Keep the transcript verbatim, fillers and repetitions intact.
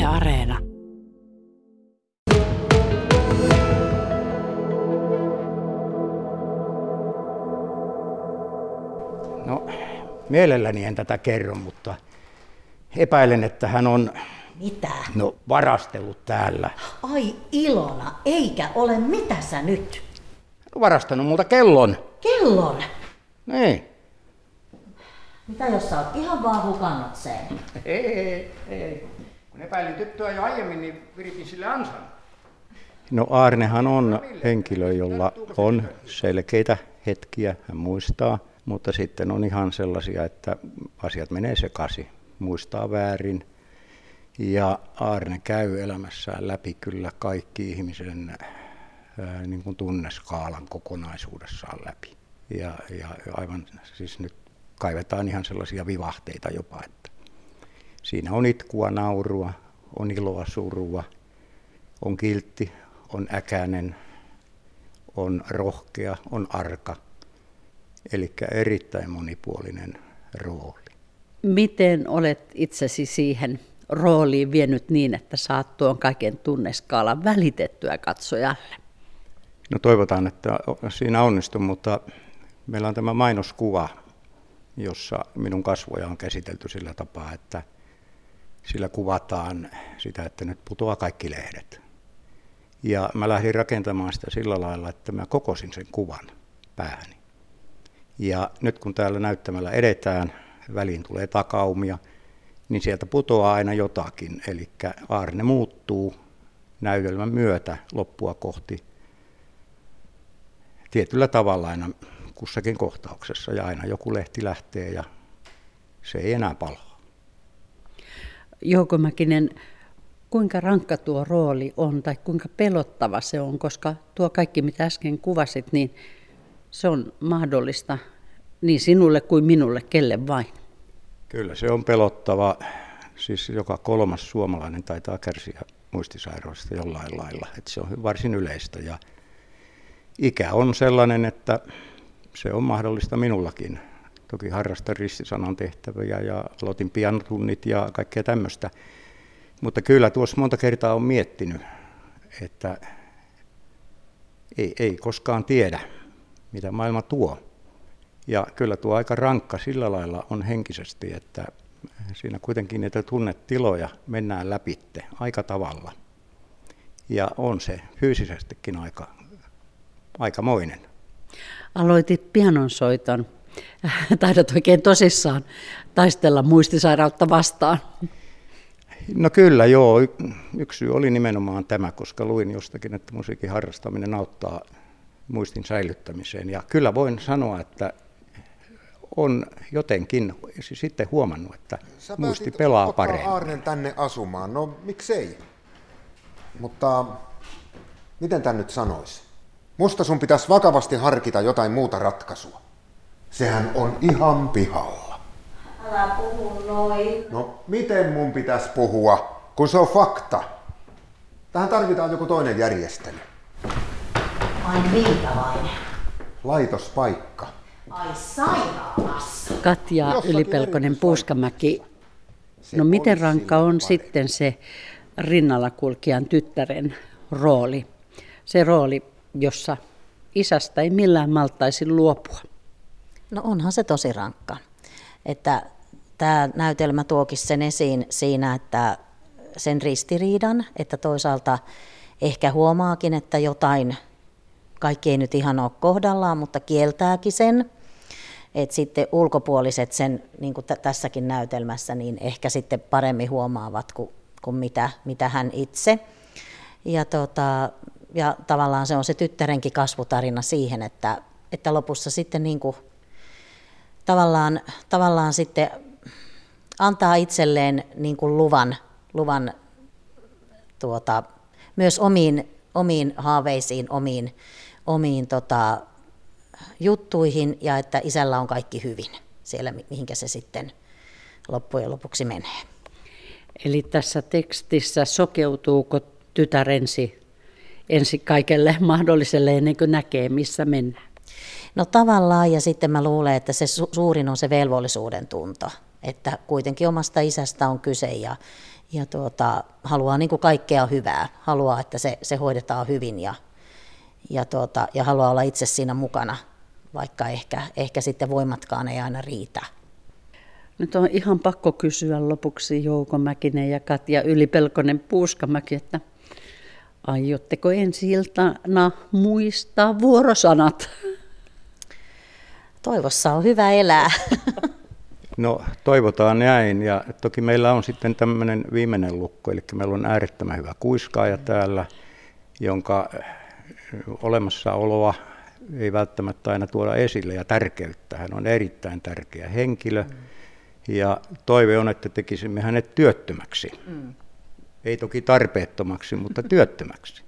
Areena. No, mielelläni en tätä kerro, mutta epäilen, että hän on Mitä? No, varastellut täällä. Ai Ilona, eikä ole. Mitä sä nyt? No, varastanut multa kellon. Kellon? Niin. Mitä jos sä oot ihan vaan hukannut sen? Ei, ei. Kun epäilin tyttöä jo aiemmin, niin viritin sille ansan. No Aarnehan on henkilö, jolla on selkeitä hetkiä, hän muistaa. Mutta sitten on ihan sellaisia, että asiat menee sekaisin, muistaa väärin. Ja Aarne käy elämässään läpi kyllä kaikki ihmisen ää, niin kuin tunneskaalan kokonaisuudessaan läpi. Ja, ja aivan siis nyt kaivetaan ihan sellaisia vivahteita jopa, että siinä on itkua, naurua, on iloa, surua, on kiltti, on äkäinen, on rohkea, on arka. Eli erittäin monipuolinen rooli. Miten olet itsesi siihen rooliin vienyt niin, että saat tuon kaiken tunneskaalan välitettyä katsojalle? No toivotaan, että siinä onnistuu, mutta meillä on tämä mainoskuva, jossa minun kasvoja on käsitelty sillä tapaa, että sillä kuvataan sitä, että nyt putoaa kaikki lehdet. Ja mä lähdin rakentamaan sitä sillä lailla, että mä kokosin sen kuvan päähäni. Ja nyt kun täällä näyttämällä edetään, väliin tulee takaumia, niin sieltä putoaa aina jotakin. Eli Aarne muuttuu näytelmän myötä loppua kohti tietyllä tavalla aina kussakin kohtauksessa. Ja aina joku lehti lähtee ja se ei enää palaa. Jouko Mäkinen, kuinka rankka tuo rooli on tai kuinka pelottava se on, koska tuo kaikki mitä äsken kuvasit, niin se on mahdollista niin sinulle kuin minulle, kelle vain. Kyllä se on pelottava. Siis joka kolmas suomalainen taitaa kärsiä muistisairaudesta jollain lailla. Että se on varsin yleistä ja ikä on sellainen, että se on mahdollista minullakin. Toki harrastan ristisanan tehtäviä ja aloitin pianotunnit ja kaikkea tämmöistä. Mutta kyllä tuossa monta kertaa on miettinyt, että ei, ei koskaan tiedä, mitä maailma tuo. Ja kyllä tuo aika rankka sillä lailla on henkisesti, että siinä kuitenkin niitä tunnetiloja mennään läpitte aika tavalla. Ja on se fyysisestikin aika, aikamoinen. Aloitit pianonsoiton. Taidat oikein tosissaan taistella muistisairautta vastaan. No kyllä joo, yksi syy oli nimenomaan tämä, koska luin jostakin, että musiikin harrastaminen auttaa muistin säilyttämiseen. Ja kyllä voin sanoa, että on jotenkin sitten huomannut, että Sä muisti pelaa ottaa paremmin. Aarnen tänne asumaan, no miksei? Mutta miten tän nyt sanoisi? Musta sun pitäisi vakavasti harkita jotain muuta ratkaisua. Sehän on ihan pihalla. Älä puhu noin. No miten mun pitäisi puhua, kun se on fakta? Tähän tarvitaan joku toinen järjestely. Ai minkälainen? Laitospaikka. Ai sairaalassa. Katja Jossakin Ylipelkonen erityispaikassa. Puuskamäki, Se no miten olisi rankka silloin on parempi. sitten se rinnalla kulkijan tyttären rooli? Se rooli, jossa isästä ei millään maltaisi luopua. No onhan se tosi rankka. Että tämä näytelmä tuokin sen esiin siinä, että sen ristiriidan, että toisaalta ehkä huomaakin, että jotain, kaikki ei nyt ihan ole kohdallaan, mutta kieltääkin sen. Että sitten ulkopuoliset sen, niin kuin t- tässäkin näytelmässä, niin ehkä sitten paremmin huomaavat kuin, kuin mitä, mitä hän itse. Ja, tota, ja tavallaan se on se tyttärenkin kasvutarina siihen, että, että lopussa sitten niin kuin tavallaan, tavallaan sitten antaa itselleen niin kuin luvan, luvan tuota, myös omiin, omiin haaveisiin, omiin, omiin tota, juttuihin ja että isällä on kaikki hyvin siellä, mihinkä se sitten loppujen lopuksi menee. Eli tässä tekstissä sokeutuuko tytär ensi, ensi kaikelle mahdolliselle ennen kuin näkee, missä mennään? No tavallaan, ja sitten mä luulen, että se su- suurin on se velvollisuuden tunto, että kuitenkin omasta isästä on kyse ja, ja tuota, haluaa niin kuin kaikkea hyvää, haluaa, että se, se hoidetaan hyvin ja, ja, tuota, ja haluaa olla itse siinä mukana, vaikka ehkä, ehkä sitten voimatkaan ei aina riitä. Nyt on ihan pakko kysyä lopuksi Jouko Mäkinen ja Katja Yli-Pelkonen Puuskamäki, että aiotteko ensi iltana muistaa vuorosanat? Toivossa on hyvä elää. No toivotaan näin, ja toki meillä on sitten tämmöinen viimeinen lukko, eli meillä on äärettömän hyvä kuiskaaja täällä, jonka olemassaoloa ei välttämättä aina tuoda esille ja tärkeyttä. Hän on erittäin tärkeä henkilö, ja toive on, että tekisimme hänet työttömäksi. Mm. Ei toki tarpeettomaksi, mutta työttömäksi.